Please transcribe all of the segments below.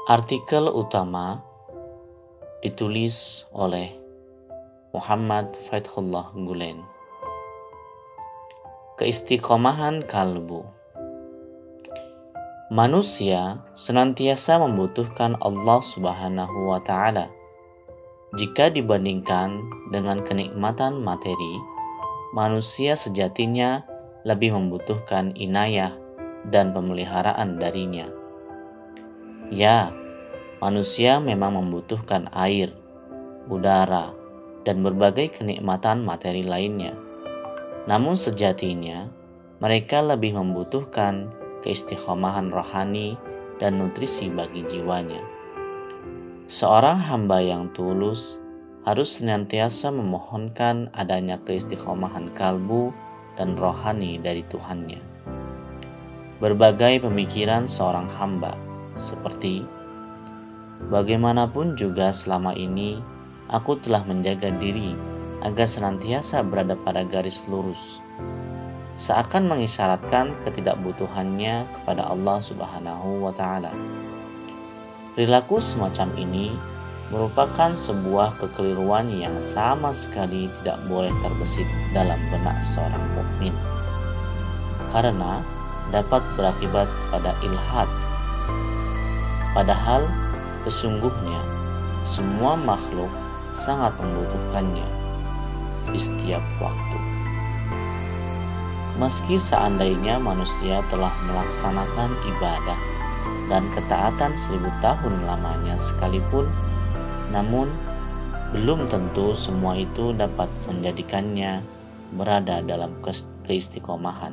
Artikel utama ditulis oleh Muhammad Fathullah Gulen. Keistiqomahan kalbu. Manusia senantiasa membutuhkan Allah Subhanahu wa Ta'ala. Jika dibandingkan dengan kenikmatan materi, manusia sejatinya lebih membutuhkan inayah dan pemeliharaan darinya. Ya, manusia memang membutuhkan air, udara, dan berbagai kenikmatan materi lainnya. Namun sejatinya, mereka lebih membutuhkan keistiqomahan rohani dan nutrisi bagi jiwanya. Seorang hamba yang tulus harus senantiasa memohonkan adanya keistiqomahan kalbu dan rohani dari Tuhannya. Berbagai pemikiran seorang hamba seperti, bagaimanapun juga selama ini aku telah menjaga diri agar senantiasa berada pada garis lurus, seakan mengisyaratkan ketidakbutuhannya kepada Allah Subhanahu wa Ta'ala. Perilaku semacam ini merupakan sebuah kekeliruan yang sama sekali tidak boleh terbesit dalam benak seorang mukmin, karena dapat berakibat pada ilhad. Padahal sesungguhnya semua makhluk sangat membutuhkannya di setiap waktu. Meski seandainya manusia telah melaksanakan ibadah dan ketaatan 1000 tahun lamanya sekalipun, namun belum tentu semua itu dapat menjadikannya berada dalam keistiqomahan.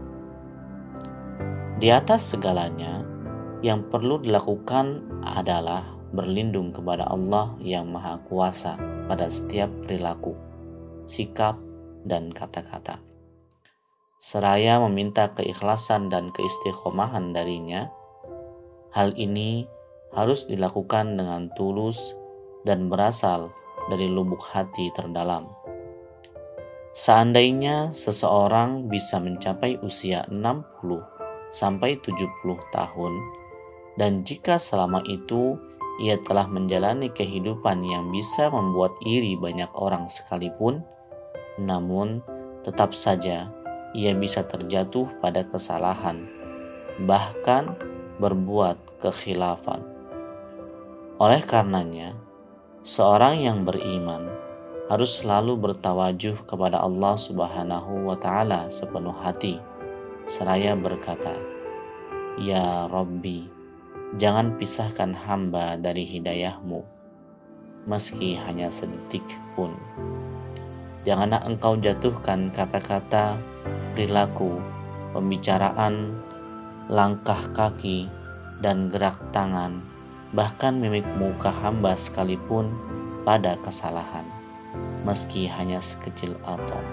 Di atas segalanya, yang perlu dilakukan adalah berlindung kepada Allah yang Maha Kuasa pada setiap perilaku, sikap, dan kata-kata, seraya meminta keikhlasan dan keistiqomahan darinya. Hal ini harus dilakukan dengan tulus dan berasal dari lubuk hati terdalam. Seandainya seseorang bisa mencapai usia 60 sampai 70 tahun, dan jika selama itu ia telah menjalani kehidupan yang bisa membuat iri banyak orang sekalipun, namun tetap saja ia bisa terjatuh pada kesalahan, bahkan berbuat kekhilafan. Oleh karenanya, seorang yang beriman harus selalu bertawajuh kepada Allah Subhanahu wa Ta'ala sepenuh hati, seraya berkata, "Ya Rabbi, jangan pisahkan hamba dari hidayah-Mu, meski hanya sedetik pun. Janganlah Engkau jatuhkan kata-kata, perilaku, pembicaraan, langkah kaki, dan gerak tangan, bahkan mimik muka hamba sekalipun pada kesalahan, meski hanya sekecil atom."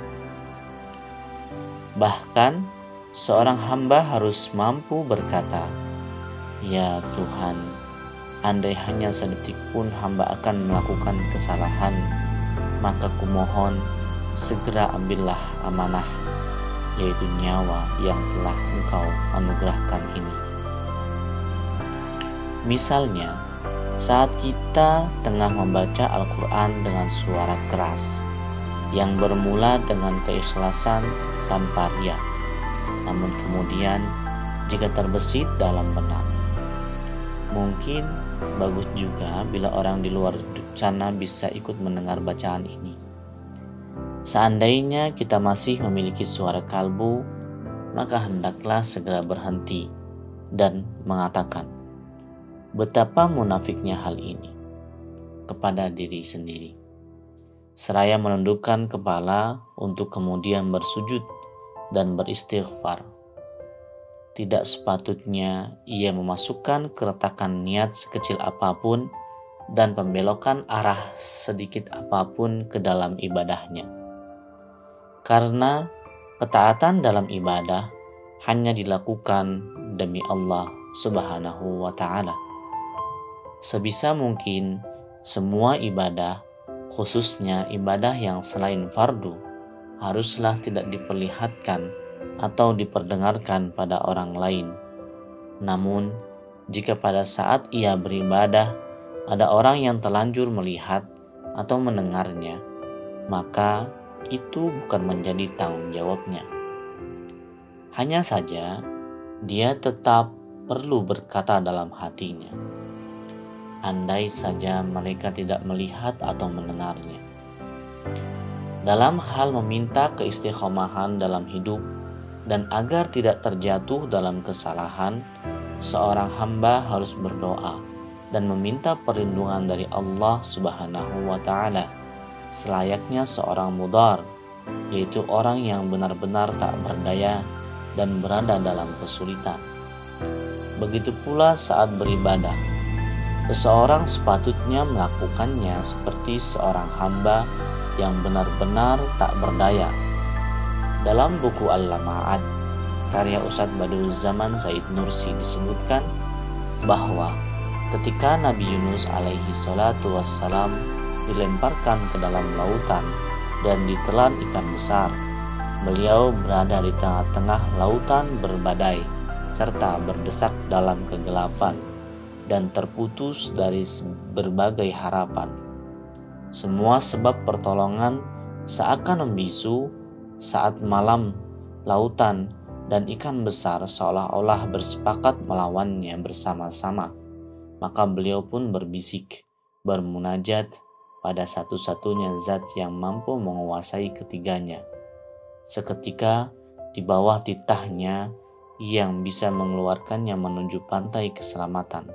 Bahkan, seorang hamba harus mampu berkata, "Ya Tuhan, andai hanya sedetik pun hamba akan melakukan kesalahan, maka kumohon segera ambillah amanah, yaitu nyawa yang telah Engkau anugerahkan ini." Misalnya, saat kita tengah membaca Al-Quran dengan suara keras, yang bermula dengan keikhlasan tanpa riya, namun kemudian jika terbesit dalam benak, mungkin bagus juga bila orang di luar sana bisa ikut mendengar bacaan ini. Seandainya kita masih memiliki suara kalbu, maka hendaklah segera berhenti dan mengatakan, betapa munafiknya hal ini kepada diri sendiri, seraya menundukkan kepala untuk kemudian bersujud dan beristighfar. Tidak sepatutnya ia memasukkan keretakan niat sekecil apapun dan pembelokan arah sedikit apapun ke dalam ibadahnya, karena ketaatan dalam ibadah hanya dilakukan demi Allah Subhanahu wa Ta'ala. Sebisa mungkin semua ibadah, khususnya ibadah yang selain fardu, haruslah tidak diperlihatkan atau diperdengarkan pada orang lain, namun jika pada saat ia beribadah ada orang yang terlanjur melihat atau mendengarnya, maka itu bukan menjadi tanggung jawabnya. Hanya saja dia tetap perlu berkata dalam hatinya, andai saja mereka tidak melihat atau mendengarnya. Dalam hal meminta keistiqomahan dalam hidup dan agar tidak terjatuh dalam kesalahan, seorang hamba harus berdoa dan meminta perlindungan dari Allah Subhanahu wa Ta'ala, selayaknya seorang mudhar, yaitu orang yang benar-benar tak berdaya dan berada dalam kesulitan. Begitu pula saat beribadah, seseorang sepatutnya melakukannya seperti seorang hamba yang benar-benar tak berdaya. Dalam buku Al-Lama'ad, karya Ustadz Badiuzzamana Said Nursi, disebutkan bahwa ketika Nabi Yunus alaihi salatu wassalam dilemparkan ke dalam lautan dan ditelan ikan besar, beliau berada di tengah-tengah lautan berbadai serta berdesak dalam kegelapan dan terputus dari berbagai harapan. Semua sebab pertolongan seakan membisu saat malam lautan dan ikan besar seolah-olah bersepakat melawannya bersama-sama. Maka beliau pun berbisik, bermunajat pada satu-satunya zat yang mampu menguasai ketiganya. Seketika di bawah titahnya yang bisa mengeluarkannya menuju pantai keselamatan.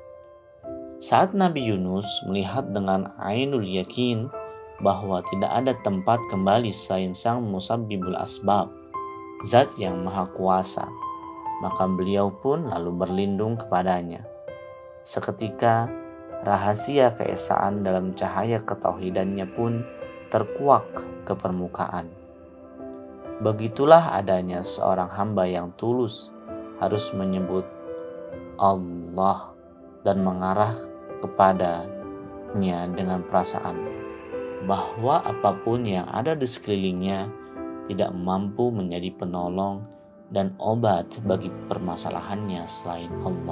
Saat Nabi Yunus melihat dengan ainul yakin bahwa tidak ada tempat kembali selain Sang Musabbibul Asbab, zat yang maha kuasa, maka beliau pun lalu berlindung kepadanya. Seketika rahasia keesaan dalam cahaya ketauhidannya pun terkuak ke permukaan. Begitulah adanya seorang hamba yang tulus harus menyebut Allah dan mengarah kepadanya dengan perasaan bahwa apapun yang ada di sekelilingnya tidak mampu menjadi penolong dan obat bagi permasalahannya selain Allah.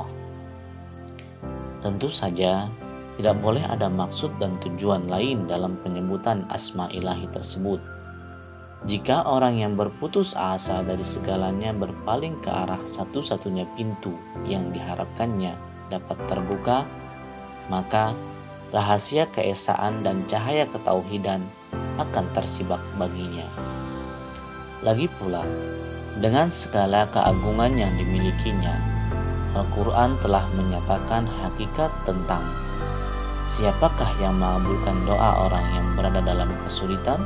Tentu saja tidak boleh ada maksud dan tujuan lain dalam penyebutan asma ilahi tersebut. Jika orang yang berputus asa dari segalanya berpaling ke arah satu-satunya pintu yang diharapkannya dapat terbuka, maka rahasia keesaan dan cahaya ketauhidan akan tersibak baginya. Lagi pula, dengan segala keagungan yang dimilikinya, Al-Quran telah menyatakan hakikat tentang siapakah yang mengabulkan doa orang yang berada dalam kesulitan,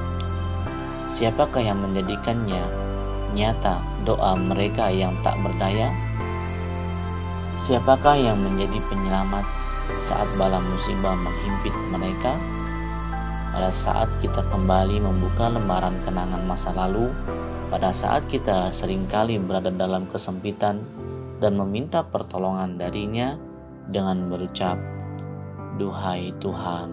siapakah yang menjadikannya nyata doa mereka yang tak berdaya, siapakah yang menjadi penyelamat saat bala musibah menghimpit mereka. Pada saat kita kembali membuka lembaran kenangan masa lalu, pada saat kita seringkali berada dalam kesempitan dan meminta pertolongan darinya dengan berucap, "Duhai Tuhan."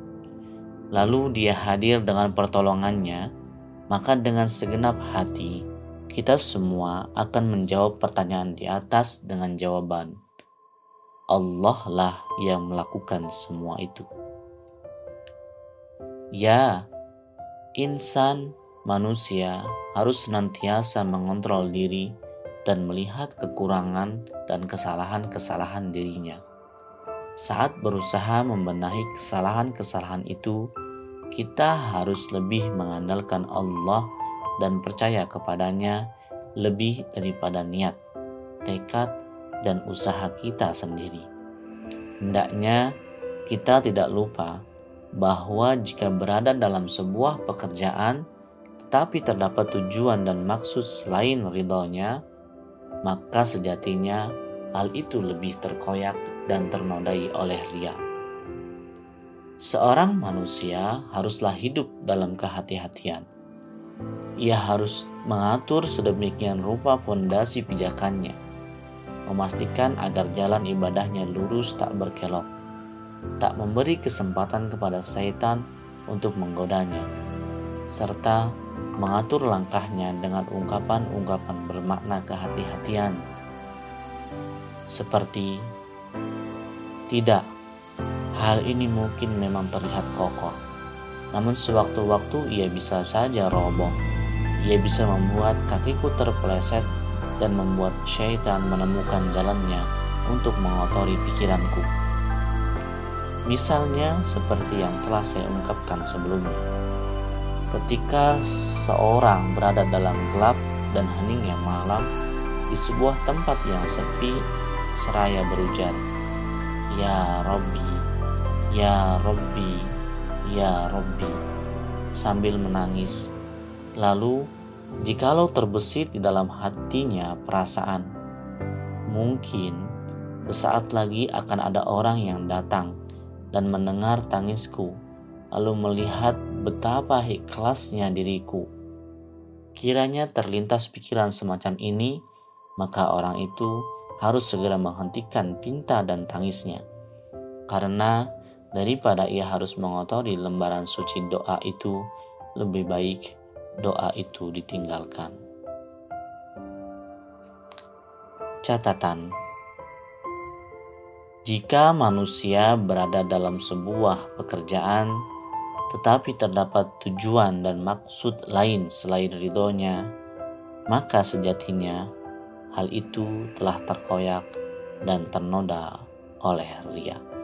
Lalu dia hadir dengan pertolongannya, maka dengan segenap hati kita semua akan menjawab pertanyaan di atas dengan jawaban, Allah lah yang melakukan semua itu. Ya, insan manusia harus senantiasa mengontrol diri dan melihat kekurangan dan kesalahan-kesalahan dirinya. Saat berusaha membenahi kesalahan-kesalahan itu, kita harus lebih mengandalkan Allah dan percaya kepadanya lebih daripada niat, tekad, dan usaha kita sendiri. Hendaknya kita tidak lupa bahwa jika berada dalam sebuah pekerjaan tetapi terdapat tujuan dan maksud selain ridhonya, maka sejatinya hal itu lebih terkoyak dan ternodai oleh riya. Seorang manusia haruslah hidup dalam kehati-hatian. Ia harus mengatur sedemikian rupa fondasi pijakannya, memastikan agar jalan ibadahnya lurus tak berkelok, tak memberi kesempatan kepada syaitan untuk menggodanya, serta mengatur langkahnya dengan ungkapan-ungkapan bermakna kehati-hatian. seperti, "Tidak, hal ini mungkin memang terlihat kokoh, namun sewaktu-waktu ia bisa saja roboh. Ia bisa membuat kakiku terpeleset dan membuat syaitan menemukan jalannya untuk mengotori pikiranku." Misalnya seperti yang telah saya ungkapkan sebelumnya. Ketika seorang berada dalam gelap dan heningnya malam di sebuah tempat yang sepi, seraya berujar, "Ya Robbi, ya Robbi, ya Robbi," sambil menangis. Lalu, jikalau terbesit di dalam hatinya perasaan, mungkin sesaat lagi akan ada orang yang datang dan mendengar tangisku, lalu melihat betapa ikhlasnya diriku. Kiranya terlintas pikiran semacam ini, maka orang itu harus segera menghentikan pinta dan tangisnya. Karena daripada ia harus mengotori lembaran suci doa itu, lebih baik doa itu ditinggalkan. Catatan: jika manusia berada dalam sebuah pekerjaan, tetapi terdapat tujuan dan maksud lain selain ridhonya, maka sejatinya hal itu telah terkoyak dan ternoda oleh riya.